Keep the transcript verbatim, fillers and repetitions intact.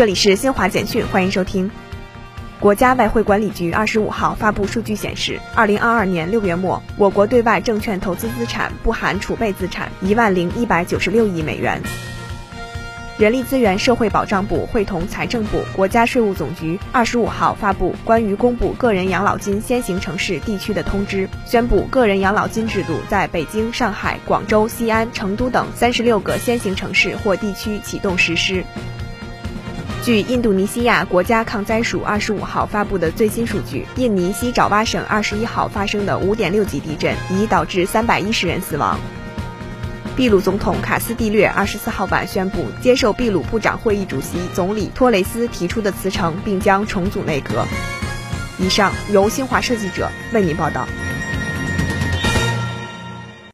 这里是新华简讯，欢迎收听。国家外汇管理局二十五号发布数据显示，二零二二年六月末，我国对外证券投资资产不含储备资产一万零一百九十六亿美元。人力资源社会保障部会同财政部、国家税务总局二十五号发布关于公布个人养老金先行城市地区的通知，宣布个人养老金制度在北京、上海、广州、西安、成都等三十六个先行城市或地区启动实施。据印度尼西亚国家抗灾署二十五号发布的最新数据，印尼西爪哇省二十一号发生的五点六级地震已导致三百一十人死亡。秘鲁总统卡斯蒂略二十四号晚宣布接受秘鲁部长会议主席总理托雷斯提出的辞呈，并将重组内阁。以上由新华社记者为您报道。